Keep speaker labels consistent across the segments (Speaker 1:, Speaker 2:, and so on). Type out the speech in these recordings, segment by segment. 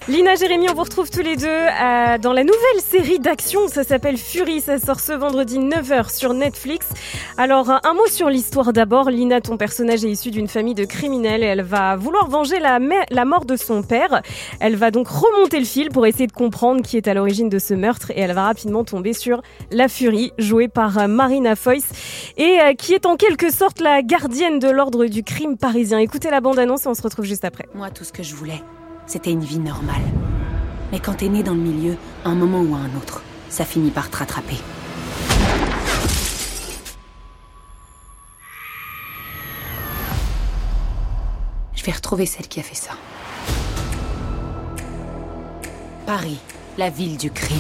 Speaker 1: Lina, Jérémy, on vous retrouve tous les deux dans la nouvelle série d'action, ça s'appelle Fury, ça sort ce vendredi 9h sur Netflix. Alors un mot sur l'histoire d'abord. Lina, ton personnage est issu d'une famille de criminels et elle va vouloir venger la mort de son père. Elle va donc remonter le fil pour essayer de comprendre qui est à l'origine de ce meurtre et elle va rapidement tomber sur la Fury, jouée par Marina Foïs et qui est en quelque sorte la gardienne de l'ordre du crime parisien. Écoutez la bande-annonce et on se retrouve juste après.
Speaker 2: Moi, tout ce que je voulais, c'était une vie normale. Mais quand t'es né dans le milieu, à un moment ou à un autre, ça finit par te rattraper. Je vais retrouver celle qui a fait ça. Paris, la ville du crime.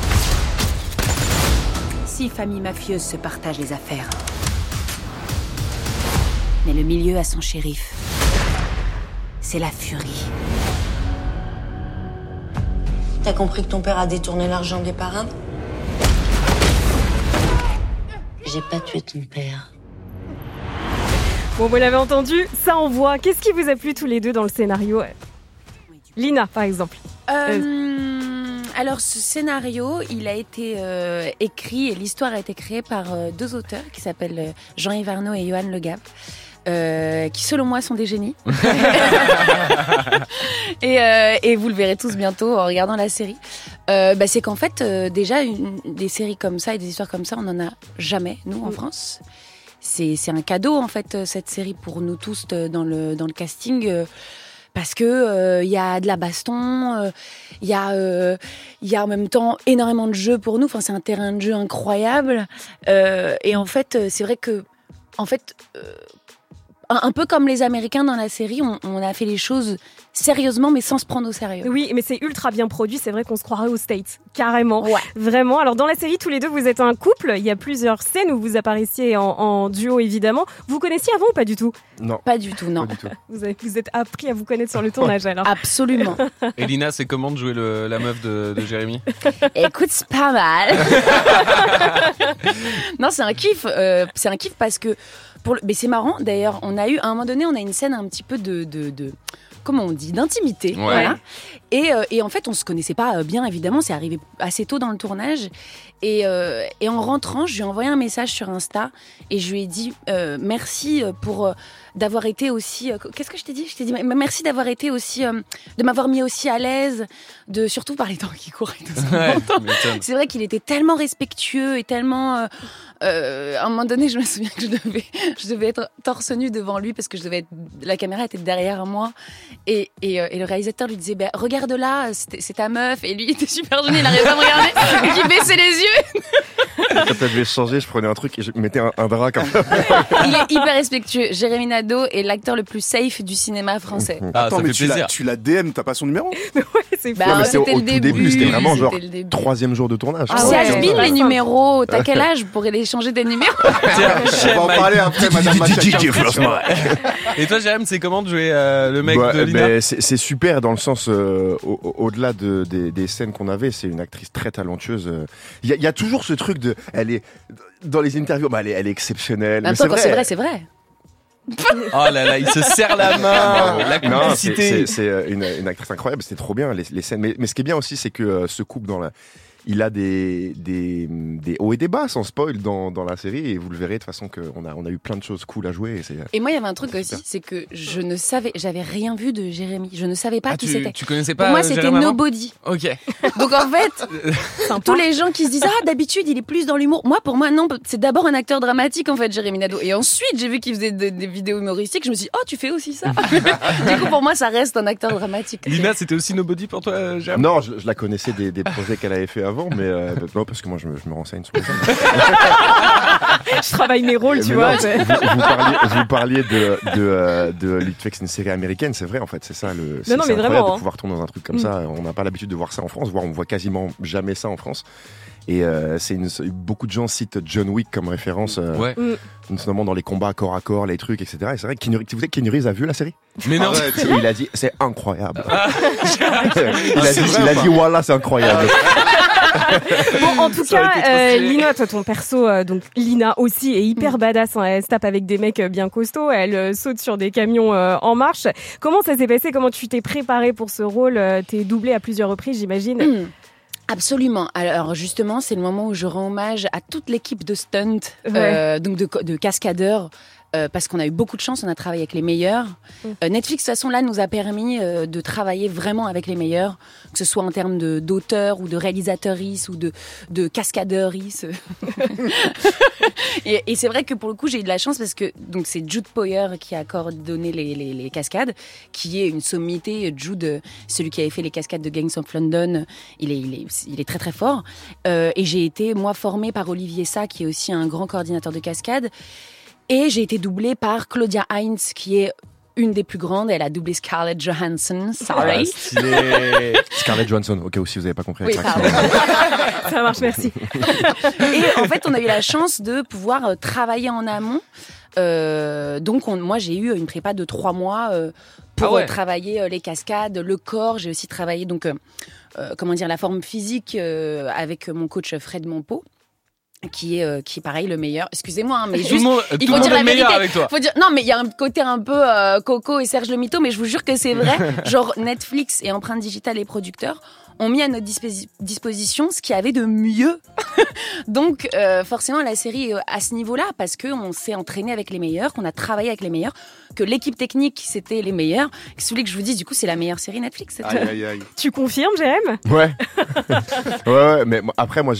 Speaker 2: 6 familles mafieuses se partagent les affaires. Mais le milieu a son shérif. C'est la Fury.
Speaker 3: T'as compris que ton père a détourné l'argent des parrains? J'ai pas tué ton père.
Speaker 1: Bon, vous l'avez entendu, ça envoie. Qu'est-ce qui vous a plu tous les deux dans le scénario? Lina, par exemple.
Speaker 2: Alors, ce scénario, il a été écrit et l'histoire a été créée par 2 auteurs qui s'appellent Jean-Yves Arnaud et Johan Le Gap. Qui selon moi sont des génies. et vous le verrez tous bientôt en regardant la série. C'est qu'en fait, déjà, des séries comme ça et des histoires comme ça, on n'en a jamais, nous, en France. C'est un cadeau, en fait, cette série pour nous tous dans le casting. Parce que y a de la baston, y a en même temps énormément de jeux pour nous. Enfin, c'est un terrain de jeu incroyable. Et en fait, c'est vrai que, un peu comme les Américains dans la série, on a fait les choses sérieusement, mais sans se prendre au sérieux.
Speaker 1: Oui, mais c'est ultra bien produit. C'est vrai qu'on se croirait aux States, carrément.
Speaker 2: Ouais.
Speaker 1: Vraiment. Alors, dans la série, tous les deux, vous êtes un couple. Il y a plusieurs scènes où vous apparaissiez en duo, évidemment. Vous connaissiez avant ou pas du tout?
Speaker 4: Non.
Speaker 2: Pas du tout, non.
Speaker 4: Pas du tout.
Speaker 1: Vous êtes appris à vous connaître sur le tournage, alors.
Speaker 2: Absolument.
Speaker 5: Et Lina, c'est comment de jouer la meuf de Jérémy?
Speaker 2: Écoute, c'est pas mal. Non, c'est un kiff. C'est un kiff parce que mais c'est marrant. D'ailleurs, à un moment donné, on a une scène un petit peu de comment on dit, d'intimité.
Speaker 5: Ouais.
Speaker 2: Voilà. Et en fait, on se connaissait pas bien, évidemment. C'est arrivé assez tôt dans le tournage. Et en rentrant, je lui ai envoyé un message sur Insta et je lui ai dit merci pour d'avoir été aussi. Qu'est-ce que je t'ai dit? Je t'ai dit merci d'avoir été aussi, de m'avoir mis aussi à l'aise, surtout par les temps qui courent. Et tout ça.
Speaker 5: Ouais,
Speaker 2: c'est vrai qu'il était tellement respectueux et tellement. À un moment donné, je me souviens que je devais être torse nu devant lui parce que la caméra était derrière moi et le réalisateur lui disait regarde là, c'est ta meuf, et lui il était super gêné, il n'arrivait pas à me regarder, donc il baissait les yeux.
Speaker 4: Quand elle devait changer, je prenais un truc et je mettais un drap comme ça.
Speaker 2: Il est hyper respectueux. Jérémy Nadeau est l'acteur le plus safe du cinéma français.
Speaker 5: Ah,
Speaker 6: Attends,
Speaker 5: ça
Speaker 6: mais
Speaker 5: fait plaisir.
Speaker 6: tu l'as DM, t'as pas son numéro?
Speaker 1: Ouais, c'est fou.
Speaker 4: Ouais, mais c'était
Speaker 2: C'était
Speaker 4: au
Speaker 2: le
Speaker 4: tout début, c'était vraiment genre
Speaker 2: c'était le début.
Speaker 4: 3e jour de tournage.
Speaker 1: Ah
Speaker 4: quoi.
Speaker 2: C'est
Speaker 1: ouais.
Speaker 2: has-been
Speaker 1: Ouais.
Speaker 2: les numéros. T'as quel âge pour aller changer des numéros?
Speaker 6: On va en parler après, madame Machaka.
Speaker 5: Et toi, Jérémy, c'est comment de jouer le mec de Lina?
Speaker 4: C'est super dans le sens, au-delà des scènes qu'on avait, c'est une actrice très talentueuse. Il y a toujours ce truc elle est dans les interviews, elle est exceptionnelle. Mais
Speaker 2: Attends, c'est vrai.
Speaker 5: Oh là là, il se serre la main. La
Speaker 4: Non,
Speaker 5: complicité.
Speaker 4: c'est une actrice incroyable, c'était trop bien les scènes. Mais ce qui est bien aussi, c'est que ce couple il a des hauts et des bas sans spoil dans la série, et vous le verrez de toute façon qu'on a eu plein de choses cool à jouer.
Speaker 2: Et moi, il y avait un truc aussi, c'est que j'avais rien vu de Jérémy. Je ne savais pas qui c'était.
Speaker 5: Tu connaissais pas
Speaker 2: Pour moi, c'était
Speaker 5: Jérémy avant?
Speaker 2: nobody.
Speaker 5: Ok.
Speaker 2: Donc en fait, tous les gens qui se disent d'habitude il est plus dans l'humour. Moi, pour moi, non, c'est d'abord un acteur dramatique en fait, Jérémy Nadeau. Et ensuite, j'ai vu qu'il faisait des vidéos humoristiques. Je me suis dit, tu fais aussi ça. Du coup, pour moi, ça reste un acteur dramatique.
Speaker 5: Lina, c'était aussi nobody pour toi, Jérémy?
Speaker 4: Non, je la connaissais des projets qu'elle avait fait avant, mais non, parce que moi je me renseigne sur les gens.
Speaker 1: Je travaille mes rôles, tu
Speaker 4: Mais
Speaker 1: vois.
Speaker 4: non, vous parliez de lui fait que c'est une série américaine, c'est vrai en fait, c'est ça c'est
Speaker 1: mais
Speaker 4: incroyable
Speaker 1: vraiment,
Speaker 4: de pouvoir tourner dans un truc comme ça. On n'a pas l'habitude de voir ça en France, voire on voit quasiment jamais ça en France. Et beaucoup de gens citent John Wick comme référence,
Speaker 5: Ouais.
Speaker 4: notamment dans les combats corps à corps, les trucs, etc. Et c'est vrai que vous savez que Keanu Reeves a vu la série.
Speaker 5: Mais non.
Speaker 4: Il a dit c'est incroyable.
Speaker 6: C'est vrai
Speaker 4: il a
Speaker 6: ou
Speaker 4: dit voilà, c'est incroyable.
Speaker 1: Bon, en tout cas, Lina, toi, ton perso, donc Lina aussi, est hyper badass. Hein. Elle se tape avec des mecs bien costauds. Elle saute sur des camions en marche. Comment ça s'est passé? Comment tu t'es préparée pour ce rôle? T'es doublée à plusieurs reprises, j'imagine.
Speaker 2: Absolument. Alors justement, c'est le moment où je rends hommage à toute l'équipe de stunt, donc de cascadeurs. Parce qu'on a eu beaucoup de chance, on a travaillé avec les meilleurs. Netflix, de toute façon, là, nous a permis de travailler vraiment avec les meilleurs, que ce soit en termes d'auteurs ou de réalisateuristes ou de cascadeuristes. et c'est vrai que pour le coup, j'ai eu de la chance parce que donc c'est Jude Poyer qui a coordonné les cascades, qui est une sommité. Jude, celui qui avait fait les cascades de Gangs of London, il est très très fort. Et j'ai été, moi, formée par Olivier Sa, qui est aussi un grand coordinateur de cascades. Et j'ai été doublée par Claudia Heinz, qui est une des plus grandes. Elle a doublé Scarlett Johansson. Sorry.
Speaker 4: Scarlett Johansson, au cas où si vous n'avez pas compris.
Speaker 2: Oui, pardon.
Speaker 1: Ça marche, merci.
Speaker 2: Et en fait, on a eu la chance de pouvoir travailler en amont. Donc, moi, j'ai eu une prépa de 3 mois pour travailler les cascades, le corps. J'ai aussi travaillé la forme physique avec mon coach Fred Monpeau. Qui est pareil le meilleur. Excusez-moi, hein, mais juste il faut dire la vérité. Avec toi. Faut dire non, mais il y a un côté un peu Coco et Serge le Mito, mais je vous jure que c'est vrai. Genre Netflix et Empreinte Digitale et producteurs ont mis à notre disposition ce qu'il y avait de mieux. Donc forcément la série est à ce niveau-là parce que on s'est entraîné avec les meilleurs, qu'on a travaillé avec les meilleurs, que l'équipe technique c'était les meilleurs. Celui que je vous dis, du coup, c'est la meilleure série Netflix.
Speaker 6: Aïe.
Speaker 1: Tu confirmes, Jérém?
Speaker 4: Ouais. ouais. Mais après moi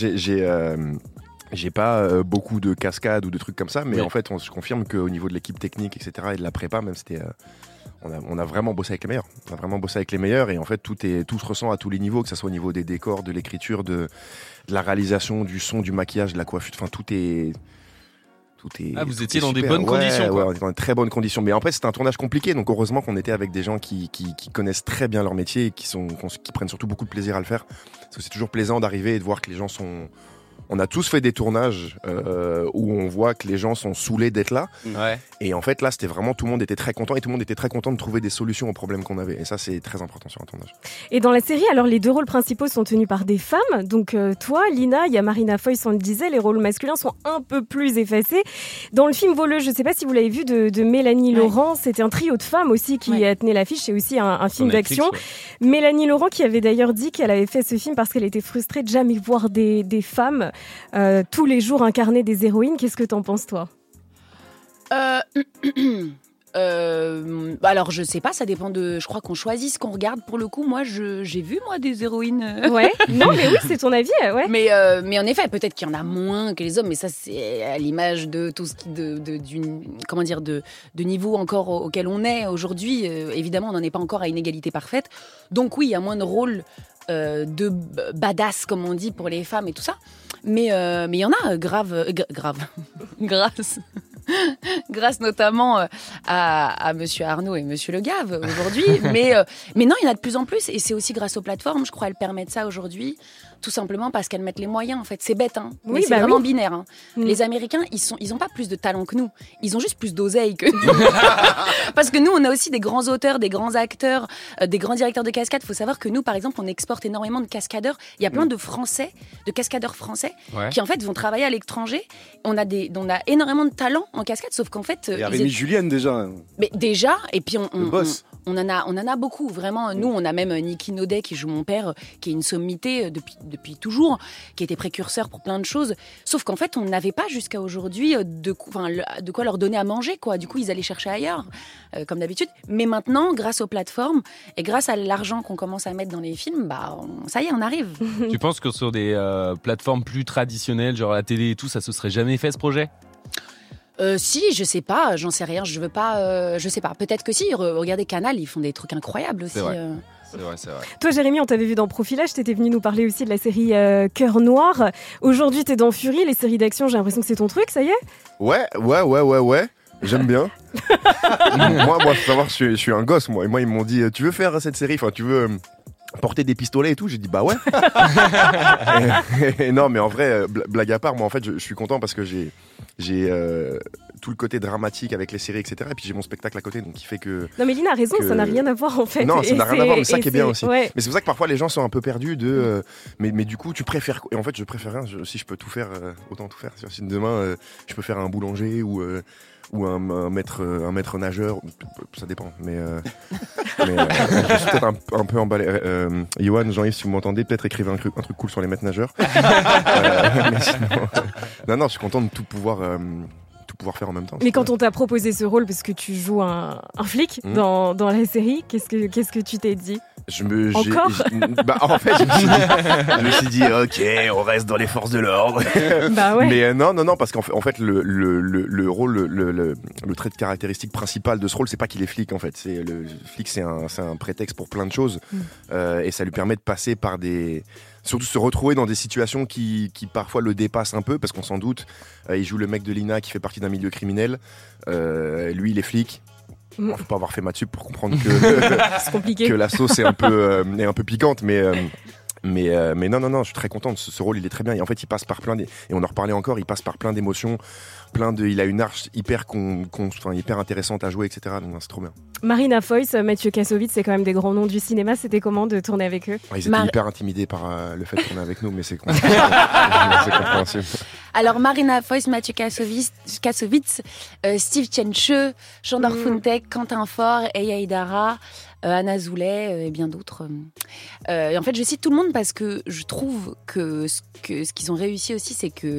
Speaker 4: j'ai pas beaucoup de cascades ou de trucs comme ça, mais en fait, je confirme qu'au niveau de l'équipe technique, etc., et de la prépa, même, on a vraiment bossé avec les meilleurs. On a vraiment bossé avec les meilleurs, et en fait, tout se ressent à tous les niveaux, que ce soit au niveau des décors, de l'écriture, de la réalisation, du son, du maquillage, de la coiffure. Enfin, tout est.
Speaker 5: Vous étiez dans des bonnes conditions, quoi.
Speaker 4: Ouais, on était dans de très bonnes conditions. Mais en fait, c'était un tournage compliqué, donc heureusement qu'on était avec des gens qui connaissent très bien leur métier et qui prennent surtout beaucoup de plaisir à le faire. Parce que c'est toujours plaisant d'arriver et de voir que les gens sont. On a tous fait des tournages où on voit que les gens sont saoulés d'être là.
Speaker 5: Ouais.
Speaker 4: Et en fait, là, c'était vraiment tout le monde était très content et tout le monde était très content de trouver des solutions aux problèmes qu'on avait. Et ça, c'est très important sur un tournage.
Speaker 1: Et dans la série, alors les 2 rôles principaux sont tenus par des femmes. Donc toi, Lina, il y a Marina Foïs, on le disait, les rôles masculins sont un peu plus effacés. Dans le film Voleuse, je ne sais pas si vous l'avez vu, de Mélanie Laurent, c'était un trio de femmes aussi qui tenait l'affiche. C'est aussi un film d'action. Mélanie Laurent qui avait d'ailleurs dit qu'elle avait fait ce film parce qu'elle était frustrée de jamais voir des femmes tous les jours incarner des héroïnes. Qu'est-ce que t'en penses, toi?
Speaker 2: Alors je sais pas, ça dépend de. Je crois qu'on choisit ce qu'on regarde. Pour le coup, moi, j'ai vu des héroïnes.
Speaker 1: Ouais. Non, mais oui, c'est ton avis, ouais.
Speaker 2: Mais en effet, peut-être qu'il y en a moins que les hommes, mais ça c'est à l'image de tout ce qui de niveau encore auquel on est aujourd'hui. Évidemment, on n'en est pas encore à une égalité parfaite. Donc oui, il y a moins de rôles de badass comme on dit pour les femmes et tout ça. Mais il y en a grave grâce notamment à Monsieur Arnaud et Monsieur Le Gave aujourd'hui. Mais non, il y en a de plus en plus et c'est aussi grâce aux plateformes. Je crois elles permettent ça aujourd'hui. Tout simplement parce qu'elles mettent les moyens, en fait. C'est bête, hein. Mais c'est vraiment binaire, hein. Les Américains, ils ont pas plus de talent que nous. Ils ont juste plus d'oseille que nous. Parce que nous, on a aussi des grands auteurs, des grands acteurs, des grands directeurs de cascades. Il faut savoir que nous, par exemple, on exporte énormément de cascadeurs. Il y a plein de cascadeurs français, qui, en fait, vont travailler à l'étranger. On a énormément de talent en cascade, sauf qu'en fait...
Speaker 6: Il y a Rémi Julienne, déjà.
Speaker 2: Mais déjà, et puis
Speaker 6: le boss.
Speaker 2: On en a beaucoup, vraiment. Nous, on a même Niki Naudet, qui joue mon père, qui est une sommité depuis toujours, qui était précurseur pour plein de choses. Sauf qu'en fait, on n'avait pas jusqu'à aujourd'hui de quoi leur donner à manger, quoi. Du coup, ils allaient chercher ailleurs, comme d'habitude. Mais maintenant, grâce aux plateformes et grâce à l'argent qu'on commence à mettre dans les films, ça y est, on arrive.
Speaker 5: Tu penses que sur des plateformes plus traditionnelles, genre la télé et tout, ça se serait jamais fait, ce projet ?
Speaker 2: Si, je sais pas, j'en sais rien, je sais pas. Peut-être que si, regardez Canal, ils font des trucs incroyables aussi.
Speaker 5: C'est vrai. C'est vrai.
Speaker 1: Toi, Jérémy, on t'avait vu dans Profilage, t'étais venu nous parler aussi de la série Cœur Noir. Aujourd'hui, t'es dans Fury, les séries d'action, j'ai l'impression que c'est ton truc, ça y est ?
Speaker 4: Ouais. J'aime bien. moi, faut savoir, je suis un gosse, moi. Et moi, ils m'ont dit, tu veux faire cette série ? Enfin, tu veux porter des pistolets et tout ? J'ai dit, bah ouais. et non, mais en vrai, blague à part, moi, en fait, je suis content parce que j'ai tout le côté dramatique avec les séries, etc. Et puis j'ai mon spectacle à côté, donc qui fait que...
Speaker 1: Non mais Lina a raison, ça n'a rien à voir en fait.
Speaker 4: Non, ça n'a rien à voir, mais c'est ça qui est bien aussi.
Speaker 1: Ouais.
Speaker 4: Mais c'est pour ça que parfois les gens sont un peu perdus de... mais du coup, tu préfères... Et en fait, je préfère rien. Si je peux tout faire, autant tout faire. Si demain, je peux faire un boulanger ou un maître nageur, ça dépend. Mais je suis peut-être un peu emballé. Yoann, Jean-Yves, si vous m'entendez, peut-être écrivez un truc cool sur les maîtres nageurs. Mais sinon, non, je suis content de tout pouvoir faire en même temps.
Speaker 1: Mais quand on t'a proposé ce rôle, parce que tu joues un flic dans la série, qu'est-ce que tu t'es dit ?
Speaker 4: En fait, je me suis dit, ok, on reste dans les forces de l'ordre.
Speaker 1: Bah ouais.
Speaker 4: Mais non, parce qu'en fait, le rôle, le trait de caractéristique principal de ce rôle, c'est pas qu'il est flic, en fait. Le flic, c'est un prétexte pour plein de choses, et ça lui permet de passer par surtout se retrouver dans des situations qui parfois le dépassent un peu, parce qu'on s'en doute. Il joue le mec de Lina qui fait partie d'un milieu criminel. Lui, il est flic. Bon, faut pas avoir fait maths sup pour comprendre
Speaker 1: c'est compliqué.
Speaker 4: que la sauce est un peu piquante, mais non, je suis très content. Ce rôle, il est très bien. Et en fait, il passe par et on en reparlait encore, il passe par plein d'émotions, il a une arche hyper intéressante à jouer, etc. Donc c'est trop bien.
Speaker 1: Marina Foïs, Mathieu Kassovitz, c'est quand même des grands noms du cinéma. C'était comment de tourner avec eux ?
Speaker 4: Ils étaient hyper intimidés par le fait de tourner avec nous, mais c'est compréhensible.
Speaker 2: Alors Marina Foïs, Mathieu Kassovitz, Steve Tchenche, Chandor Funtek, Quentin Faure, Eya Idara, Anna Zoulet et bien d'autres. Et en fait, je cite tout le monde parce que je trouve que ce qu'ils ont réussi aussi,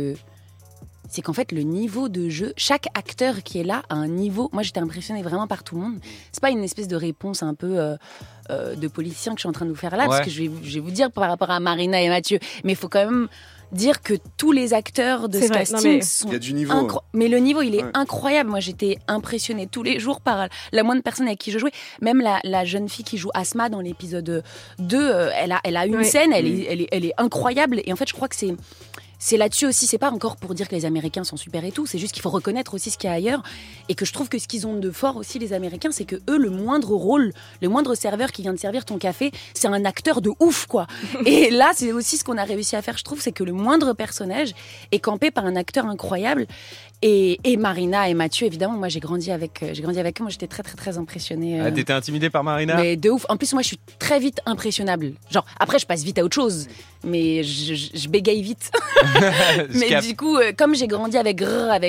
Speaker 2: c'est qu'en fait, le niveau de jeu, chaque acteur qui est là a un niveau... Moi, j'étais impressionnée vraiment par tout le monde. C'est pas une espèce de réponse un peu de politicien que je suis en train de vous faire là, parce que je vais vous dire par rapport à Marina et Mathieu. Mais il faut quand même dire que tous les acteurs de ce casting sont...
Speaker 6: Il y a du niveau.
Speaker 2: Mais le niveau, il est incroyable. Moi, j'étais impressionnée tous les jours par la moindre personne avec qui je jouais. Même la jeune fille qui joue Asma dans l'épisode 2, elle a une scène, elle est incroyable. Et en fait, je crois que c'est là-dessus aussi, c'est pas encore pour dire que les Américains sont super et tout, c'est juste qu'il faut reconnaître aussi ce qu'il y a ailleurs, et que je trouve que ce qu'ils ont de fort aussi, les Américains, c'est que eux, le moindre rôle, le moindre serveur qui vient de servir ton café, c'est un acteur de ouf, quoi. Et là, c'est aussi ce qu'on a réussi à faire, je trouve, c'est que le moindre personnage est campé par un acteur incroyable. Et Marina et Mathieu, évidemment, moi j'ai grandi avec eux, moi j'étais très très très impressionnée.
Speaker 5: T'étais intimidée par Marina ?
Speaker 2: Mais de ouf. En plus, moi je suis très vite impressionnable. Genre, après je passe vite à autre chose, mais je bégaye vite. Mais du coup, comme j'ai grandi avec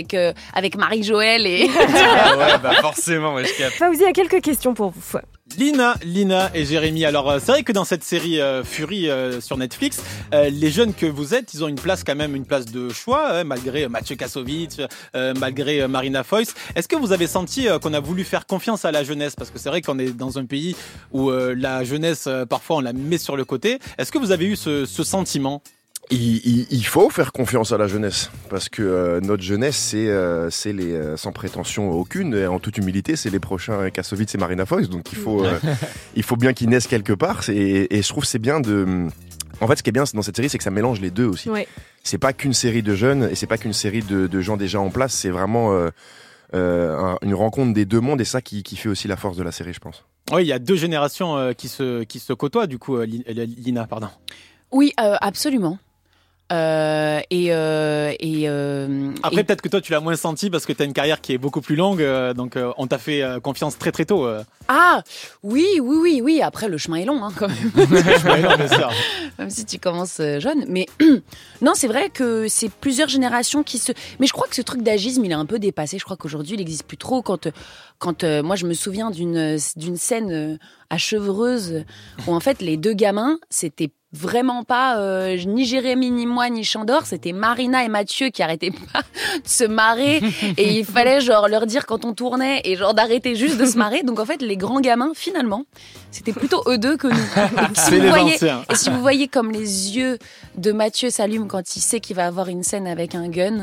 Speaker 2: Marie-Joëlle et...
Speaker 5: forcément, ouais, je capte.
Speaker 1: Fawzi a quelques questions pour vous.
Speaker 7: Lina et Jérémy. Alors, c'est vrai que dans cette série Fury sur Netflix, les jeunes que vous êtes, ils ont une place de choix, malgré Mathieu Kassovitz, malgré Marina Foïs. Est-ce que vous avez senti qu'on a voulu faire confiance à la jeunesse ? Parce que c'est vrai qu'on est dans un pays où la jeunesse, parfois, on la met sur le côté. Est-ce que vous avez eu ce sentiment ?
Speaker 4: Il faut faire confiance à la jeunesse, parce que notre jeunesse, c'est les sans prétention aucune, et en toute humilité, c'est les prochains Kassovitz et Marina Foïs. Donc il faut bien qu'ils naissent quelque part. Et je trouve que c'est bien de... En fait, ce qui est bien dans cette série, c'est que ça mélange les deux aussi. Ouais. C'est pas qu'une série de jeunes, et c'est pas qu'une série de gens déjà en place. C'est vraiment une rencontre des deux mondes, et ça qui fait aussi la force de la série, je pense.
Speaker 7: Oui, il y a deux générations qui se côtoient, du coup, Lina, pardon.
Speaker 2: Oui, absolument. Après,
Speaker 7: peut-être que toi, tu l'as moins senti parce que tu as une carrière qui est beaucoup plus longue, donc on t'a fait confiance très très tôt.
Speaker 2: Ah, oui. Après, le chemin est long, hein, quand même.
Speaker 7: Le chemin est long, bien sûr.
Speaker 2: Même si tu commences jeune. Mais non, c'est vrai que c'est plusieurs générations qui se... Mais je crois que ce truc d'agisme, il est un peu dépassé. Je crois qu'aujourd'hui, il n'existe plus trop. Quand moi, je me souviens d'une scène à Chevreuse où, en fait, les deux gamins, c'était vraiment pas ni Jérémy, ni moi, ni Chandor, c'était Marina et Mathieu qui arrêtaient pas de se marrer, et il fallait genre leur dire quand on tournait et genre d'arrêter juste de se marrer. Donc en fait, les grands gamins, finalement, c'était plutôt eux deux que nous. Et si vous voyez comme les yeux de Mathieu s'allument quand il sait qu'il va avoir une scène avec un gun,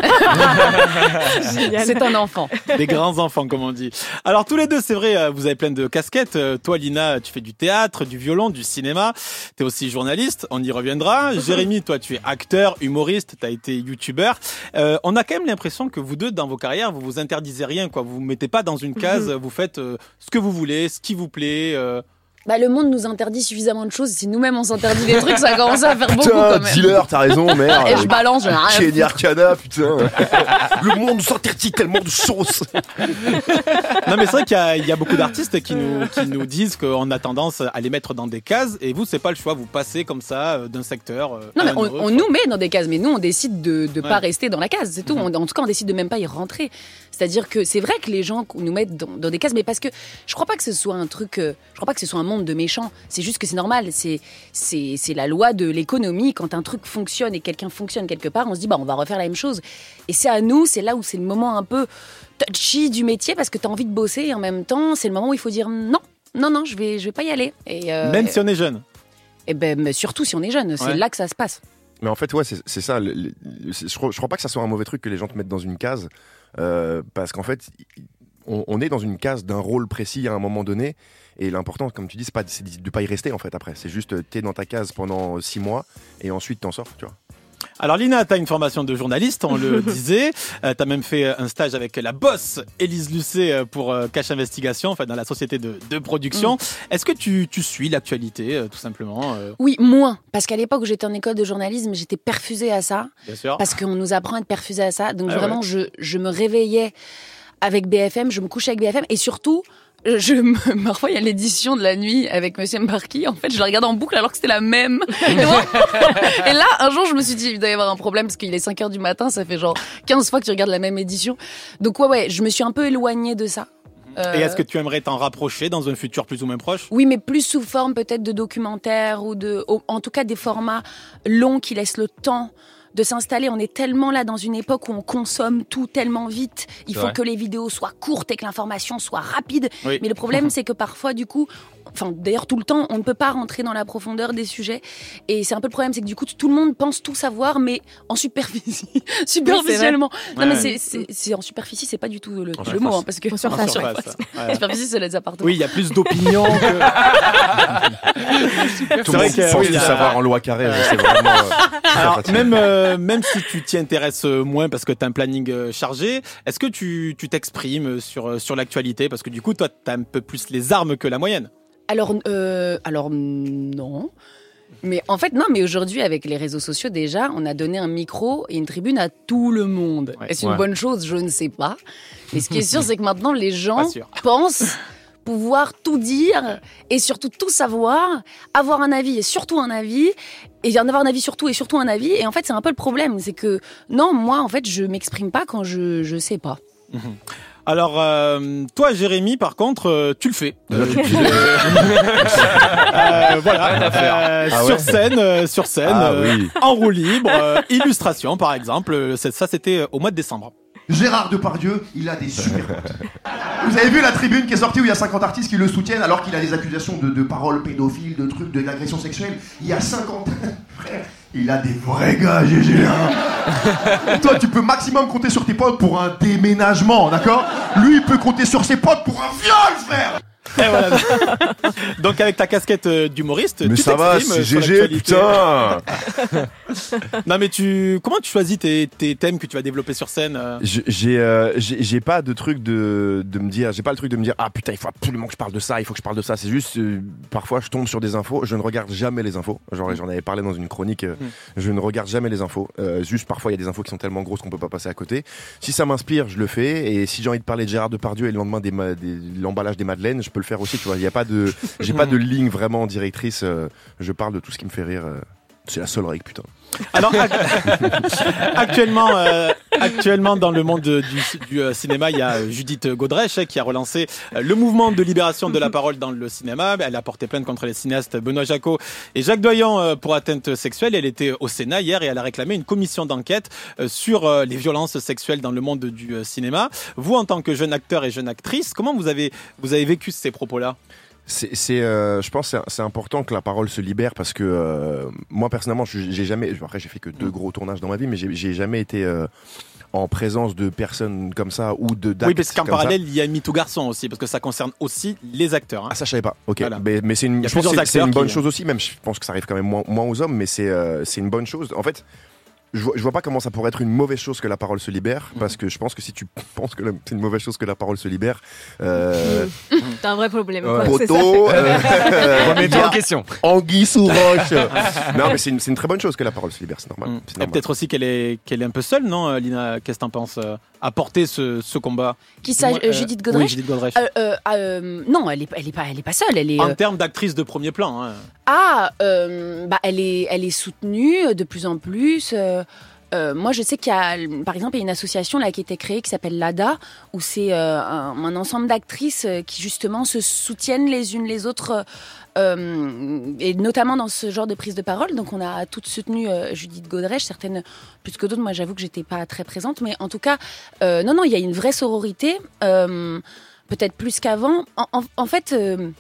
Speaker 2: c'est un enfant.
Speaker 7: Des grands enfants, comme on dit. Alors tous les deux, c'est vrai, vous avez plein de casquettes. Toi, Lina, tu fais du théâtre, du violon, du cinéma. T'es aussi journaliste, on y reviendra. Jérémy, toi, tu es acteur, humoriste, t'as été youtubeur. On a quand même l'impression que vous deux, dans vos carrières, vous vous interdisez rien, quoi. Vous vous mettez pas dans une case, vous faites ce que vous voulez, ce qui vous plaît.
Speaker 2: Bah, le monde nous interdit suffisamment de choses. Si nous-mêmes on s'interdit des trucs, ça commence à faire beaucoup quand même.
Speaker 4: Dealer, t'as raison, merde.
Speaker 2: Et je balance, j'ai rien à
Speaker 4: Kenny
Speaker 2: foutre.
Speaker 4: Arcana, putain. Le monde nous interdit tellement de choses.
Speaker 7: Non, mais c'est vrai qu'il y a beaucoup d'artistes qui nous disent qu'on a tendance à les mettre dans des cases. Et vous, c'est pas le choix. Vous passez comme ça d'un secteur.
Speaker 2: Non,
Speaker 7: à
Speaker 2: mais
Speaker 7: un autre.
Speaker 2: on nous met dans des cases, mais nous on décide de
Speaker 7: Ouais.
Speaker 2: pas rester dans la case, c'est tout. En tout cas, on décide de même pas y rentrer. C'est-à-dire que c'est vrai que les gens nous mettent dans des cases, mais parce que je crois pas que ce soit un truc, je crois pas que ce soit un monde de méchants. C'est juste que c'est normal. C'est la loi de l'économie. Quand un truc fonctionne et quelqu'un fonctionne quelque part, on se dit bah on va refaire la même chose. Et c'est à nous, c'est là où c'est le moment un peu touchy du métier parce que t'as envie de bosser et en même temps c'est le moment où il faut dire non, je vais pas y aller. Et
Speaker 7: Même si on est jeune.
Speaker 2: et ben mais surtout si on est jeune, c'est
Speaker 7: Ouais.
Speaker 2: là que ça se passe.
Speaker 4: Mais en fait, ouais, c'est ça. Je crois pas que ça soit un mauvais truc que les gens te mettent dans une case. Parce qu'en fait, on est dans une case d'un rôle précis à un moment donné. Et l'important, comme tu dis, c'est de pas y rester en fait après. C'est juste, t'es dans ta case pendant 6 mois et ensuite t'en sors, tu vois.
Speaker 7: Alors Lina, t'as une formation de journaliste, on le disait. T'as même fait un stage avec la boss Élise Lucet pour Cache Investigation, enfin dans la société de production. Est-ce que tu suis l'actualité, tout simplement
Speaker 2: Oui, moins. Parce qu'à l'époque où j'étais en école de journalisme, j'étais perfusée à ça.
Speaker 7: Bien sûr.
Speaker 2: Parce qu'on nous apprend à être perfusée à ça. Donc
Speaker 7: Ah
Speaker 2: vraiment, je me réveillais avec BFM, je me couchais avec BFM. Et surtout, parfois, il y a l'édition de la nuit avec Monsieur Mbarki. En fait, je la regardais en boucle alors que c'était la même. Et là, un jour, je me suis dit, il doit y avoir un problème parce qu'il est 5h du matin. Ça fait genre 15 fois que tu regardes la même édition. Donc ouais, je me suis un peu éloignée de ça.
Speaker 7: Et est-ce que tu aimerais t'en rapprocher dans un futur plus ou moins proche ?
Speaker 2: Oui, mais plus sous forme peut-être de documentaire ou en tout cas des formats longs qui laissent le temps de s'installer. On est tellement là dans une époque où on consomme tout tellement vite. Il faut que les vidéos soient courtes et que l'information soit rapide.
Speaker 7: Oui.
Speaker 2: Mais le problème, c'est que parfois, du coup, d'ailleurs tout le temps, on ne peut pas rentrer dans la profondeur des sujets. Et c'est un peu le problème, c'est que du coup, tout le monde pense tout savoir, mais en superficie, superficiellement.
Speaker 7: Ouais,
Speaker 2: non, mais
Speaker 7: ouais.
Speaker 2: c'est en superficie, c'est pas du tout le
Speaker 4: surface.
Speaker 2: mot, hein, parce que
Speaker 1: En surface.
Speaker 7: En surface.
Speaker 2: La
Speaker 7: Ouais.
Speaker 2: superficie, c'est les appartements.
Speaker 7: Oui, il y a plus d'opinions que...
Speaker 4: Tout le monde
Speaker 7: vrai que,
Speaker 4: pense
Speaker 7: oui,
Speaker 4: tout
Speaker 7: là-
Speaker 4: savoir en loi carrée. C'est vraiment.
Speaker 7: Alors,
Speaker 4: fatigant.
Speaker 7: même si tu t'y intéresses moins parce que tu as un planning chargé, est-ce que tu t'exprimes sur l'actualité ? Parce que du coup, toi, tu as un peu plus les armes que la moyenne.
Speaker 2: Alors non. Mais en fait, non, mais aujourd'hui, avec les réseaux sociaux, déjà, on a donné un micro et une tribune à tout le monde.
Speaker 7: Ouais.
Speaker 2: Est-ce une bonne chose ? Je ne sais pas. Mais ce qui est sûr, c'est que maintenant, les
Speaker 7: Pas
Speaker 2: gens
Speaker 7: sûr.
Speaker 2: pensent pouvoir tout dire et surtout tout savoir, avoir un avis et surtout un avis, et en avoir un avis surtout et surtout un avis. Et en fait, c'est un peu le problème. C'est que, non, moi, en fait, je m'exprime pas quand je sais pas.
Speaker 7: Alors, toi, Jérémy, par contre, tu le fais. Voilà, sur scène,
Speaker 4: Ah oui.
Speaker 7: en roue libre, illustration, par exemple. Ça, c'était au mois de décembre.
Speaker 6: Gérard Depardieu, il a des super potes. Vous avez vu la tribune qui est sortie où il y a 50 artistes qui le soutiennent alors qu'il a des accusations de paroles pédophiles, de trucs, d'agressions sexuelles. Il y a 50... Frère, il a des vrais gars, GG. Hein. Toi, tu peux maximum compter sur tes potes pour un déménagement, d'accord ? Lui, il peut compter sur ses potes pour un viol, frère.
Speaker 7: Et voilà. Donc, avec ta casquette d'humoriste,
Speaker 4: Mais
Speaker 7: tu
Speaker 4: ça va,
Speaker 7: t'exprimes
Speaker 4: c'est
Speaker 7: sur
Speaker 4: GG,
Speaker 7: l'actualité.
Speaker 4: putain.
Speaker 7: Non, mais comment tu choisis tes thèmes que tu vas développer sur scène
Speaker 4: J'ai pas de truc de me dire, j'ai pas le truc de me dire ah putain il faut absolument que je parle de ça, il faut que je parle de ça. C'est juste parfois je tombe sur des infos, je ne regarde jamais les infos. Genre j'en avais parlé dans une chronique, je ne regarde jamais les infos. Juste parfois il y a des infos qui sont tellement grosses qu'on peut pas passer à côté. Si ça m'inspire, je le fais. Et si j'ai envie de parler de Gérard Depardieu et le lendemain l'emballage des madeleines, je peux le faire aussi. Tu vois, il y a pas de, j'ai pas de ligne vraiment directrice. Je parle de tout ce qui me fait rire. C'est la seule règle, putain.
Speaker 7: Alors, actuellement, dans le monde du cinéma, il y a Judith Godrèche qui a relancé le mouvement de libération de la parole dans le cinéma. Elle a porté plainte contre les cinéastes Benoît Jacot et Jacques Doyon pour atteinte sexuelle. Elle était au Sénat hier et elle a réclamé une commission d'enquête sur les violences sexuelles dans le monde du cinéma. Vous, en tant que jeune acteur et jeune actrice, comment vous avez vécu ces propos-là ?
Speaker 4: Je pense que c'est important que la parole se libère parce que moi personnellement j'ai jamais, après j'ai fait que 2 gros tournages dans ma vie, mais j'ai jamais été en présence de personnes comme ça ou d'actes.
Speaker 7: Oui, parce qu'en
Speaker 4: comme
Speaker 7: parallèle
Speaker 4: ça.
Speaker 7: il y a MeToo Garçon aussi, parce que ça concerne aussi les acteurs. Hein.
Speaker 4: Ah ça je savais pas. Ok.
Speaker 7: Voilà.
Speaker 4: Mais c'est une,
Speaker 7: Il y a
Speaker 4: je pense que
Speaker 7: plusieurs
Speaker 4: c'est une
Speaker 7: acteurs
Speaker 4: bonne
Speaker 7: qui-
Speaker 4: chose aussi. Même je pense que ça arrive quand même moins aux hommes, mais c'est une bonne chose. En fait. je vois pas comment ça pourrait être une mauvaise chose que la parole se libère, parce que je pense que si tu penses que c'est une mauvaise chose que la parole se libère,
Speaker 1: t'as un vrai problème. Quoi, c'est ça.
Speaker 5: Remets-toi en question.
Speaker 4: Anguille sous roche. Non, mais c'est une très bonne chose que la parole se libère, c'est normal. C'est
Speaker 7: Et
Speaker 4: normal.
Speaker 7: peut-être aussi qu'elle est un peu seule, non, Lina? Qu'est-ce que t'en penses à porter ce combat?
Speaker 2: Qui ça,
Speaker 7: Moi,
Speaker 2: Judith Godrèche?
Speaker 7: Oui, Judith Godrèche.
Speaker 2: Non, elle est pas seule. Elle est.
Speaker 7: En termes d'actrice de premier plan. Hein.
Speaker 2: Elle est soutenue de plus en plus. Moi, je sais qu'il y a, par exemple, il y a une association là qui a été créée qui s'appelle l'ADA, où c'est un ensemble d'actrices qui justement se soutiennent les unes les autres, et notamment dans ce genre de prise de parole. Donc, on a toutes soutenu Judith Godrèche, certaines plus que d'autres. Moi, j'avoue que j'étais pas très présente, mais en tout cas, non, il y a une vraie sororité, peut-être plus qu'avant. En fait,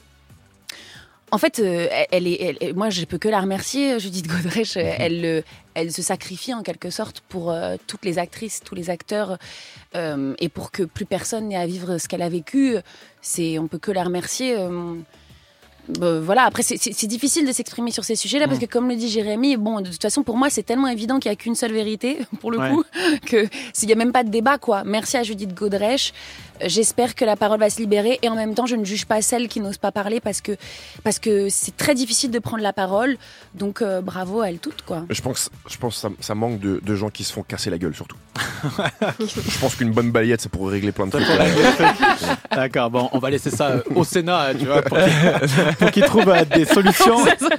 Speaker 2: moi, je peux que la remercier, Judith Godrèche. Elle se sacrifie en quelque sorte pour toutes les actrices, tous les acteurs, et pour que plus personne n'ait à vivre ce qu'elle a vécu. On peut que la remercier. Voilà. Après, c'est difficile de s'exprimer sur ces sujets-là parce que, comme le dit Jérémy, bon, de toute façon, pour moi, c'est tellement évident qu'il n'y a qu'une seule vérité, pour le coup, que s'il n'y a même pas de débat, quoi. Merci à Judith Godrèche. J'espère que la parole va se libérer et en même temps, je ne juge pas celles qui n'osent pas parler parce que c'est très difficile de prendre la parole. Donc, bravo à elles toutes, quoi.
Speaker 4: Je pense que ça manque de gens qui se font casser la gueule, surtout. Je pense qu'une bonne balayette, ça pourrait régler plein de trucs.
Speaker 7: D'accord, bon, on va laisser ça au Sénat, tu vois, pour qu'ils trouvent des solutions.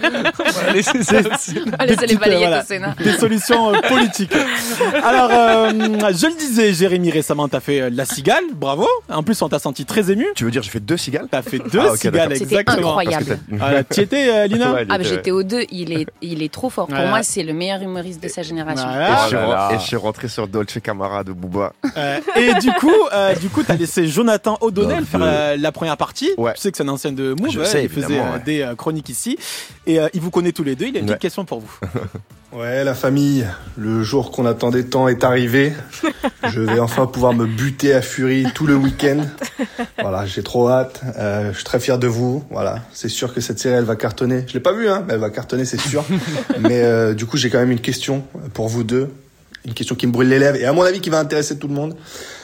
Speaker 2: Laissez les balayettes au Sénat.
Speaker 7: Des solutions politiques. Alors, je le disais, Jérémy, récemment, t'as fait La Cigale, bravo. En plus, on t'a senti très ému.
Speaker 4: Tu veux dire, j'ai fait 2 cigales?
Speaker 7: T'as fait 2 cigales,
Speaker 2: C'était
Speaker 7: exactement.
Speaker 2: incroyable.
Speaker 7: Tu étais, Lina?
Speaker 4: Ouais,
Speaker 2: J'étais aux 2. Il est trop fort. Pour moi, c'est le meilleur humoriste de sa génération.
Speaker 7: Voilà.
Speaker 4: Et je suis rentré sur Dolce Camara de Booba.
Speaker 7: Et du coup, t'as laissé Jonathan O'Donnell faire la première partie.
Speaker 4: Ouais.
Speaker 7: Tu sais que c'est un ancien de Move.
Speaker 4: Je sais,
Speaker 7: il faisait
Speaker 4: évidemment,
Speaker 7: des chroniques ici. Et il vous connaît tous les deux. Il a une petite question pour vous.
Speaker 8: Ouais, la famille, le jour qu'on attendait tant est arrivé. Je vais enfin pouvoir me buter à Fury tout le week-end. Voilà, j'ai trop hâte. Je suis très fier de vous. Voilà, c'est sûr que cette série, elle va cartonner. Je l'ai pas vue, mais elle va cartonner, c'est sûr. Mais du coup, j'ai quand même une question pour vous deux. Une question qui me brûle les lèvres et à mon avis qui va intéresser tout le monde.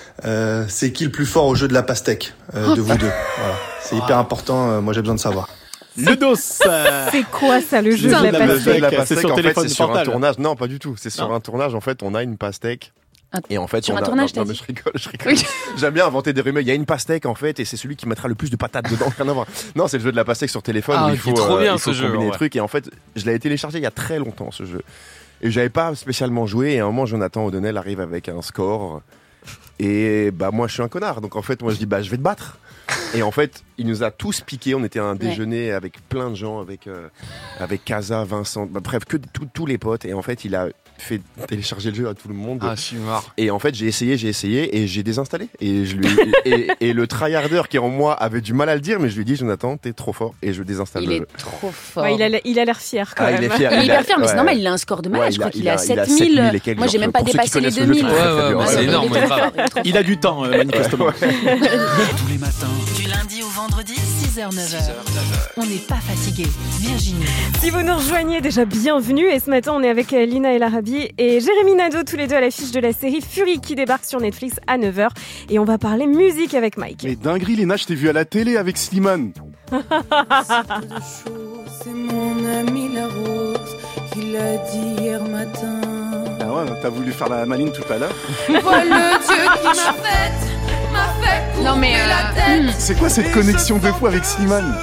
Speaker 8: C'est qui le plus fort au jeu de la pastèque de vous deux? Voilà, c'est hyper important. Moi, j'ai besoin de savoir.
Speaker 7: Le dos.
Speaker 1: C'est quoi ça, le jeu de la pastèque?
Speaker 4: La
Speaker 7: C'est
Speaker 4: pastèque,
Speaker 7: sur
Speaker 4: en fait,
Speaker 7: téléphone
Speaker 4: c'est sur un
Speaker 7: portable.
Speaker 4: tournage. Non, pas du tout. C'est sur
Speaker 7: Non.
Speaker 4: un tournage. En fait, on a une pastèque. Et en fait,
Speaker 2: Sur
Speaker 4: on
Speaker 2: un
Speaker 4: a...
Speaker 2: tournage,
Speaker 4: non,
Speaker 2: t'as
Speaker 4: mais
Speaker 2: dit
Speaker 4: je rigole. J'aime bien inventer des rumeurs. Il y a une pastèque, en fait, et c'est celui qui mettra le plus de patates dedans. Rien à voir. Non, c'est le jeu de la pastèque sur téléphone.
Speaker 5: Ah,
Speaker 4: Où il
Speaker 5: qui
Speaker 4: faut,
Speaker 5: est trop bien,
Speaker 4: il faut
Speaker 5: ce jeu,
Speaker 4: combiner
Speaker 5: ouais.
Speaker 4: des trucs. Et en fait, je l'avais téléchargé il y a très longtemps, ce jeu. Et j'avais pas spécialement joué. Et à un moment, Jonathan O'Donnell arrive avec un score. Et moi, je suis un connard. Donc en fait, moi, je dis, je vais te battre. Et en fait, il nous a tous piqué. On était à un déjeuner avec plein de gens, avec Casa, Vincent, bref, que tous les potes. Et en fait, il a fait télécharger le jeu à tout le monde.
Speaker 5: Ah, je suis mort.
Speaker 4: Et en fait, j'ai essayé et j'ai désinstallé. Et et le tryharder qui est en moi avait du mal à le dire, mais je lui ai dit, Jonathan, t'es trop fort et je désinstalle
Speaker 2: Il
Speaker 4: le
Speaker 2: est
Speaker 4: jeu.
Speaker 2: trop fort.
Speaker 1: Ouais, il a l'air fier quand même.
Speaker 4: Il est fier.
Speaker 2: Il est hyper fier, mais c'est
Speaker 4: ouais.
Speaker 2: normal, il a un score de malade.
Speaker 4: Ouais,
Speaker 2: je crois qu'il est à
Speaker 4: 7000
Speaker 2: 7000.
Speaker 4: et quelques,
Speaker 2: Moi, j'ai
Speaker 4: genre,
Speaker 2: même pas
Speaker 4: pour ceux qui
Speaker 2: dépassé les
Speaker 4: connaissent le jeu,
Speaker 2: 2000.
Speaker 4: très, très
Speaker 5: Ouais,
Speaker 4: dur.
Speaker 5: ouais, c'est
Speaker 2: il est
Speaker 5: énorme,
Speaker 2: trop
Speaker 5: ouais,
Speaker 2: fort,
Speaker 5: grave.
Speaker 2: il est trop
Speaker 7: Il a du temps, manifestement.
Speaker 9: Tous les matins,
Speaker 10: Du lundi au vendredi, 6h-9h. On n'est pas fatigué. Virginie.
Speaker 1: Si vous nous rejoignez, déjà bienvenue. Et ce matin, on est avec Lina El Arabi et Jérémy Nadeau, tous les deux à l'affiche de la série Fury qui débarque sur Netflix à 9h. Et on va parler musique avec Mike.
Speaker 11: Mais dinguerie, Lina, je t'ai vu à la télé avec Slimane.
Speaker 12: C'est mon ami la rose, il l'a dit hier matin.
Speaker 11: Ah ouais, t'as voulu faire la maline tout à l'heure.
Speaker 12: Vois le Dieu qui m'a fait couper
Speaker 2: Non, mais,
Speaker 12: la tête.
Speaker 11: C'est quoi cette connexion de fou avec Slimane?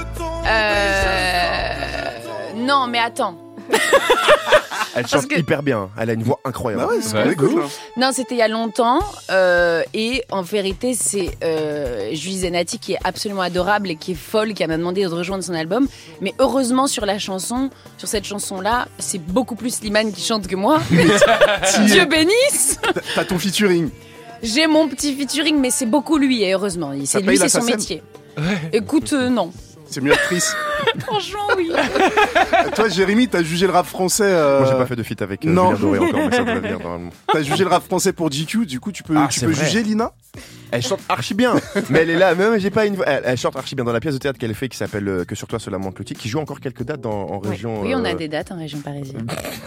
Speaker 2: Non, mais attends.
Speaker 4: Elle chante hyper bien. Elle a une voix incroyable.
Speaker 11: Bah ouais, c'est pas écoute, là.
Speaker 2: Non, c'était il y a longtemps. Et en vérité, c'est Julie Zenati qui est absolument adorable et qui est folle, qui m'a demandé de rejoindre son album. Mais heureusement, sur cette chanson-là, c'est beaucoup plus Slimane qui chante que moi. Dieu bénisse.
Speaker 11: T'as ton featuring.
Speaker 2: J'ai mon petit featuring, mais c'est beaucoup lui, et heureusement. C'est
Speaker 11: paye
Speaker 2: lui,
Speaker 11: la
Speaker 2: c'est son
Speaker 11: SACEM?
Speaker 2: métier. Écoute, non.
Speaker 11: C'est mieux actrice.
Speaker 2: Franchement, oui.
Speaker 11: Toi, Jérémy, t'as jugé le rap français.
Speaker 4: Moi, j'ai pas fait de feat avec
Speaker 11: Non.
Speaker 4: Julien Doré encore, mais ça devrait venir normalement.
Speaker 11: T'as jugé le rap français pour GQ, du coup, tu peux
Speaker 4: C'est vrai.
Speaker 11: juger Lina.
Speaker 4: Elle chante archi bien, mais elle est là. Même j'ai pas une. Elle chante archi bien dans la pièce de théâtre qu'elle fait qui s'appelle Que sur toi cela manque le titre, qui joue encore quelques dates en région.
Speaker 2: Oui, on a des dates en région parisienne.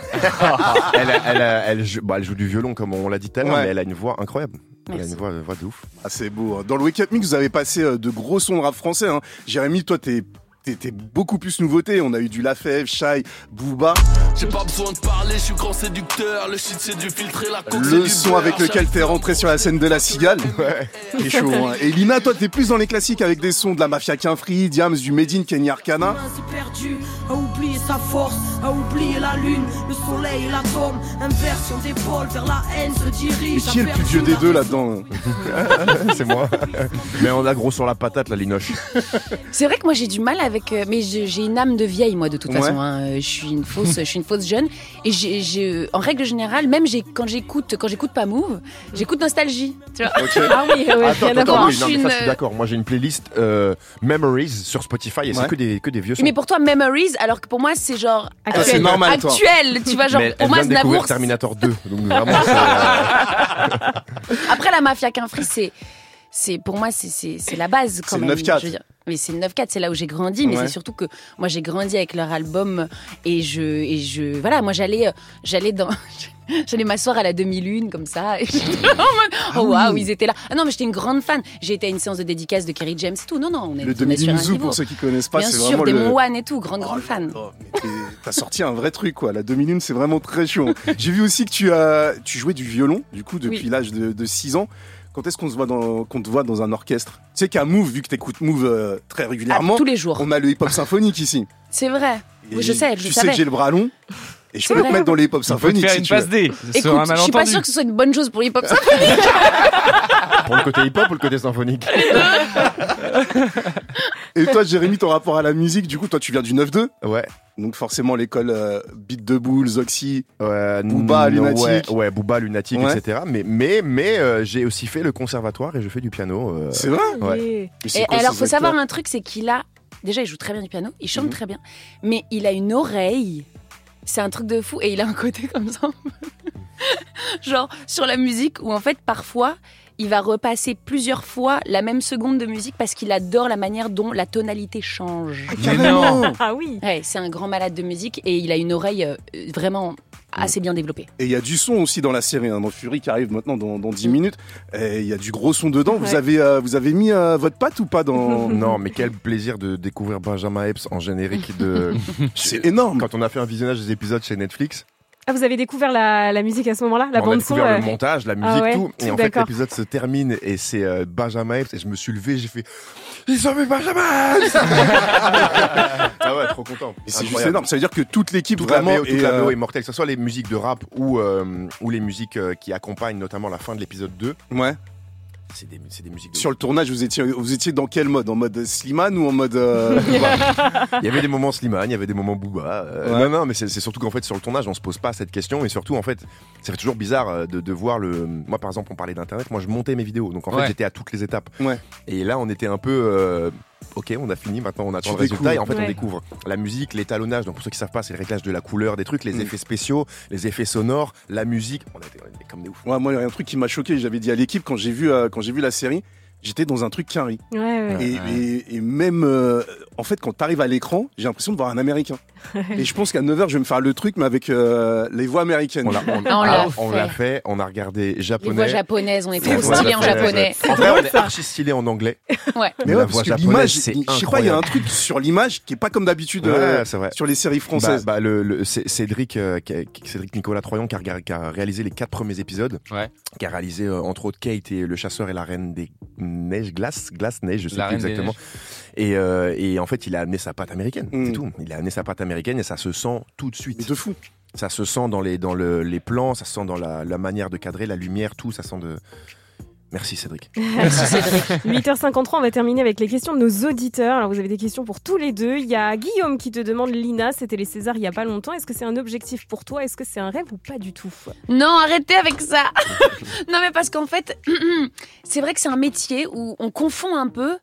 Speaker 4: Elle joue du violon comme on l'a dit tout à l'heure,
Speaker 11: Ouais.
Speaker 4: mais elle a une voix incroyable. Elle a
Speaker 2: Merci.
Speaker 4: une voix de ouf.
Speaker 11: Ah, c'est beau. Dans le Wake Up Mix, vous avez passé de gros sons de rap français. Hein. Jérémy, toi, t'es beaucoup plus nouveauté. On a eu du Lafèvre, Shai, Booba.
Speaker 13: J'ai pas besoin de parler, je suis grand séducteur. Le shit c'est du filtré, la coke c'est
Speaker 11: Le
Speaker 13: du
Speaker 11: son
Speaker 13: beurre.
Speaker 11: avec lequel t'es rentré sur la scène de la Cigale.
Speaker 4: Ouais.
Speaker 11: C'est chaud. Hein. Et Lina, toi, t'es plus dans les classiques avec des sons de la Mafia Quinfri, Diams, du Made in Kenya Arcana.
Speaker 12: C'est perdu, à oublier sa force, à oublier la lune, le soleil et l'atome, inversion d'épaule vers la haine se
Speaker 11: Et
Speaker 12: dirige.
Speaker 11: qui est le plus vieux des deux là-dedans?
Speaker 4: C'est moi. Mais on a gros sur la patate, la Linoche.
Speaker 2: C'est vrai que moi j'ai du mal avec, mais j'ai une âme de vieille moi de toute
Speaker 11: Ouais.
Speaker 2: façon. Hein. Je suis une fausse jeune et en règle générale, même quand j'écoute pas Move, j'écoute Nostalgie. Tu vois.
Speaker 1: Ah oui,
Speaker 4: Attends,
Speaker 1: rien à
Speaker 4: attends,
Speaker 1: voir.
Speaker 4: oui, non, mais ça, je suis
Speaker 2: une-
Speaker 4: d'accord. Moi, j'ai une playlist Memories sur Spotify et c'est
Speaker 11: Ouais.
Speaker 4: que des vieux sons.
Speaker 2: Mais pour toi Memories, alors que pour moi c'est genre
Speaker 1: Actuel.
Speaker 11: c'est normal, toi.
Speaker 2: actuel. Tu vois genre
Speaker 4: Mais
Speaker 2: pour
Speaker 4: elle
Speaker 2: moi
Speaker 4: vient de découvrir
Speaker 2: Znavour.
Speaker 4: Terminator 2. Donc vraiment,
Speaker 2: Après la Mafia Quinfri c'est pour moi c'est la base quand
Speaker 11: C'est le
Speaker 2: même.
Speaker 11: 9-4.
Speaker 2: Je veux dire. Oui, c'est le 9-4, c'est là où j'ai grandi, mais
Speaker 11: Ouais.
Speaker 2: c'est surtout que moi j'ai grandi avec leur album et je voilà, moi j'allais j'allais m'asseoir à la demi-lune comme ça et j'étais en mode oh waouh, ils étaient là. Ah non, mais j'étais une grande fan. J'ai été à une séance de dédicace de Kerry James et tout. Non, on est
Speaker 11: Le
Speaker 2: tourné sur un
Speaker 11: demi-lune zoo,
Speaker 2: niveau.
Speaker 11: pour ceux qui connaissent pas,
Speaker 2: Bien
Speaker 11: c'est
Speaker 2: sûr,
Speaker 11: vraiment
Speaker 2: Demon
Speaker 11: le...
Speaker 2: One et tout, grande fan.
Speaker 11: Oh, mais t'as sorti un vrai truc, quoi. La demi-lune, c'est vraiment très chaud. J'ai vu aussi que tu jouais du violon, du coup, depuis
Speaker 2: Oui.
Speaker 11: l'âge de 6 ans. Quand est-ce qu'on te voit dans un orchestre? Tu sais qu'à Move, vu que t'écoutes Move très régulièrement,
Speaker 2: tous les jours.
Speaker 11: on a le hip-hop symphonique ici.
Speaker 2: C'est vrai.
Speaker 11: Et
Speaker 2: Oui, je sais, je
Speaker 11: tu sais
Speaker 2: savais.
Speaker 11: que j'ai le bras long et je
Speaker 2: C'est
Speaker 11: peux te
Speaker 2: vrai.
Speaker 11: mettre dans les hip-hop
Speaker 5: On peut te
Speaker 11: symphoniques.
Speaker 5: faire
Speaker 11: si
Speaker 5: une
Speaker 11: tu veux.
Speaker 5: passe D.
Speaker 2: Écoute, je suis pas sûre que ce soit une bonne chose pour l'hip-hop symphonique.
Speaker 4: pour le côté hip-hop ou le côté symphonique.
Speaker 11: Et toi, Jérémy, ton rapport à la musique, du coup, toi, tu viens du 9-2.
Speaker 4: Ouais.
Speaker 11: Donc forcément, l'école Beat de Boule, Zoxy.
Speaker 4: Booba,
Speaker 11: Booba, Lunatic.
Speaker 4: Ouais, Booba, Lunatic,
Speaker 11: Ouais.
Speaker 4: etc. Mais j'ai aussi fait le conservatoire et je fais du piano.
Speaker 11: C'est vrai?
Speaker 4: Ouais.
Speaker 1: Yeah.
Speaker 11: Mais c'est
Speaker 2: Et
Speaker 11: quoi,
Speaker 2: alors,
Speaker 11: ces
Speaker 2: faut savoir
Speaker 11: acteurs
Speaker 2: un truc, c'est qu'il a. Déjà, il joue très bien du piano, il
Speaker 11: Mhm.
Speaker 2: chante très bien, mais il a une oreille. C'est un truc de fou. Et il a un côté comme ça. Genre, sur la musique, où en fait, parfois, il va repasser plusieurs fois la même seconde de musique parce qu'il adore la manière dont la tonalité change.
Speaker 5: Mais non.
Speaker 1: Ah oui.
Speaker 2: Ouais, c'est un grand malade de musique et il a une oreille vraiment assez bien développée.
Speaker 11: Et il y a du son aussi dans la série, hein, dans Fury qui arrive maintenant dans 10 minutes. Et il y a du gros son dedans. Vous avez mis votre patte ou pas dans...
Speaker 4: Non, mais quel plaisir de découvrir Benjamin Epps en générique de.
Speaker 11: C'est énorme.
Speaker 4: Quand on a fait un visionnage des épisodes chez Netflix,
Speaker 1: Ah, vous avez découvert la musique à ce moment-là, la
Speaker 4: on a
Speaker 1: bande son.
Speaker 4: découvert le montage, la musique,
Speaker 1: ouais,
Speaker 4: tout. Et en fait,
Speaker 1: d'accord.
Speaker 4: l'épisode se termine et c'est Benjamin Epps. Et je me suis levé, j'ai fait. Ils ont mis Benjamin Epps. Ah ouais, trop content.
Speaker 11: Et c'est juste
Speaker 4: Incroyable.
Speaker 11: énorme. Ça veut dire que toute l'équipe
Speaker 4: Toute
Speaker 11: vraiment
Speaker 4: la BO, toute la BO
Speaker 11: est
Speaker 4: est mortelle, que ce soit les musiques de rap ou les musiques qui accompagnent notamment la fin de l'épisode 2.
Speaker 11: Ouais.
Speaker 4: C'est des musiques de
Speaker 11: Sur le tournage, vous étiez dans quel mode? En mode Slimane ou en mode
Speaker 4: Il y avait des moments Slimane, il y avait des moments Booba.
Speaker 11: Ouais.
Speaker 4: Non, mais c'est surtout qu'en fait sur le tournage on se pose pas cette question et surtout en fait ça fait toujours bizarre de voir le. Moi par exemple on parlait d'internet, moi je montais mes vidéos donc en fait
Speaker 5: Ouais.
Speaker 4: j'étais à toutes les étapes.
Speaker 11: Ouais.
Speaker 4: Et là on était un peu. Ok, on a fini, maintenant on attend
Speaker 11: Tu
Speaker 4: le résultat et en fait
Speaker 1: découvres.
Speaker 4: on
Speaker 1: Ouais.
Speaker 4: découvre la musique, l'étalonnage, donc pour ceux qui savent pas c'est le réglage de la couleur, des trucs, les effets spéciaux, les effets sonores, la musique, on était comme des ouf.
Speaker 11: Ouais, moi, il y a un truc qui m'a choqué. J'avais dit à l'équipe quand j'ai vu la série, j'étais dans un truc Quinry.
Speaker 1: Ouais.
Speaker 11: Et même, en fait, quand t'arrives à l'écran, j'ai l'impression de voir un Américain. Et je pense qu'à 9h, je vais me faire le truc, mais avec les voix américaines.
Speaker 4: On l'a fait, on a regardé
Speaker 2: Les
Speaker 4: japonais.
Speaker 2: voix japonaises, on est
Speaker 4: Les
Speaker 2: trop
Speaker 4: voix
Speaker 2: stylés en japonais.
Speaker 4: En vrai, on est archi stylé en anglais.
Speaker 2: Ouais.
Speaker 11: Mais
Speaker 4: la
Speaker 11: ouais,
Speaker 4: voix
Speaker 11: parce que
Speaker 4: japonaise,
Speaker 11: l'image,
Speaker 4: c'est
Speaker 11: je sais pas, il y a un
Speaker 4: incroyable.
Speaker 11: truc sur l'image qui est pas comme d'habitude
Speaker 4: Ouais, c'est vrai.
Speaker 11: sur les séries françaises.
Speaker 4: C'est Cédric Nicolas Troyan qui a réalisé les 4 premiers épisodes.
Speaker 5: Ouais.
Speaker 4: Qui a réalisé entre autres Kate et Le Chasseur et la Reine des Neiges, Glace, Neige, je sais
Speaker 5: La
Speaker 4: plus
Speaker 5: Reine des
Speaker 4: exactement. Et en fait, il a amené sa patte américaine. C'est tout. Il a amené sa patte américaine et ça se sent tout de suite.
Speaker 11: Mais de fou.
Speaker 4: Ça se sent dans les plans, ça se sent dans la manière de cadrer, la lumière, tout. Ça sent de. Merci Cédric.
Speaker 2: Merci Cédric.
Speaker 1: 8h53, on va terminer avec les questions de nos auditeurs. Alors vous avez des questions pour tous les deux. Il y a Guillaume qui te demande, Lina, c'était les Césars il y a pas longtemps. Est-ce que c'est un objectif pour toi? Est-ce que c'est un rêve ou pas du tout?
Speaker 2: Non, arrêtez avec ça. Non, mais parce qu'en fait, c'est vrai que c'est un métier où on confond un peu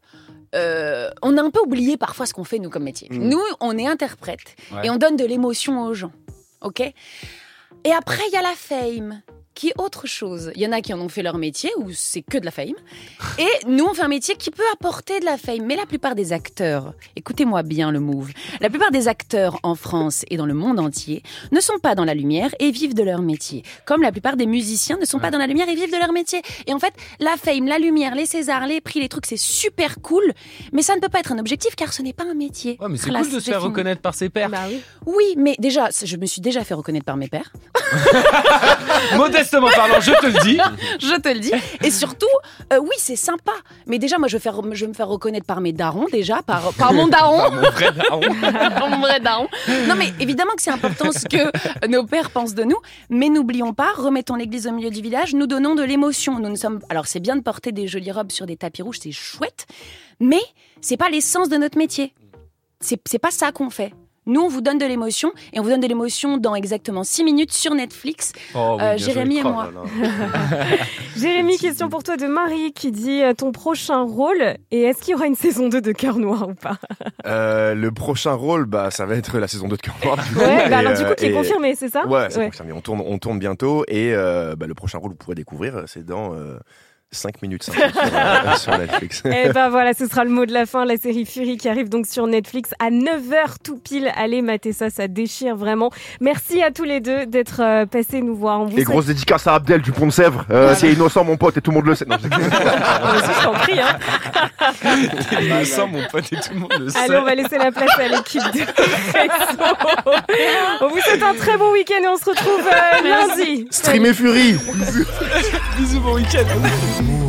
Speaker 2: on a un peu oublié parfois ce qu'on fait, nous, comme métier. Nous, on est interprète et on donne de l'émotion aux gens. OK ? Et après, il y a la fame, qui est autre chose. Il y en a qui en ont fait leur métier, où c'est que de la fame. Et nous, on fait un métier qui peut apporter de la fame. Mais la plupart des acteurs, écoutez-moi bien le move, la plupart des acteurs en France et dans le monde entier ne sont pas dans la lumière et vivent de leur métier. Comme la plupart des musiciens ne sont pas dans la lumière et vivent de leur métier. Et en fait, la fame, la lumière, les Césars, les prix, les trucs, c'est super cool. Mais ça ne peut pas être un objectif car ce n'est pas un métier.
Speaker 5: Ouais, mais c'est cool de se faire reconnaître par ses pairs.
Speaker 1: Bah oui.
Speaker 2: Oui, mais déjà, je me suis déjà fait reconnaître par mes pairs.
Speaker 5: Modestement parlant, je te le dis.
Speaker 2: Je te le dis. Et surtout, oui, c'est sympa. Mais déjà, moi, je vais me faire reconnaître par mes darons, déjà, par mon daron.
Speaker 5: Par mon vrai daron.
Speaker 2: Par mon vrai daron. Non, mais évidemment que c'est important ce que nos pères pensent de nous. Mais n'oublions pas, remettons l'église au milieu du village, nous donnons de l'émotion. Nous ne sommes... Alors, c'est bien de porter des jolies robes sur des tapis rouges, c'est chouette. Mais c'est pas l'essence de notre métier. C'est pas ça qu'on fait. Nous, on vous donne de l'émotion, et on vous donne de l'émotion dans exactement 6 minutes sur Netflix.
Speaker 5: Oh, oui,
Speaker 2: Jérémy et moi.
Speaker 1: Jérémy, question pour toi de Marie qui dit ton prochain rôle, et est-ce qu'il y aura une saison 2 de Cœur Noir ou pas?
Speaker 4: Le prochain rôle, ça va être la saison 2 de Cœur Noir.
Speaker 1: Ouais, alors du coup, qui est confirmé, c'est ça?
Speaker 4: Ouais, c'est confirmé. On tourne bientôt, et le prochain rôle, vous pourrez découvrir, c'est dans... 5 minutes 5 sur Netflix.
Speaker 1: Et voilà, ce sera le mot de la fin. La série Fury qui arrive donc sur Netflix à 9h tout pile. Allez, matez ça déchire vraiment. Merci à tous les deux d'être passés nous voir.
Speaker 4: Et grosse dédicace à Abdel du Pont de Sèvres. C'est innocent, mon pote, et tout le monde le sait. Non,
Speaker 1: je t'en prie. Hein.
Speaker 5: C'est innocent, mon pote, et tout le monde le sait.
Speaker 1: Allez, on va laisser la place à l'équipe de Réseau. On vous souhaite un très bon week-end et on se retrouve lundi.
Speaker 4: Streamer Fury.
Speaker 5: Bisous, bon week-end.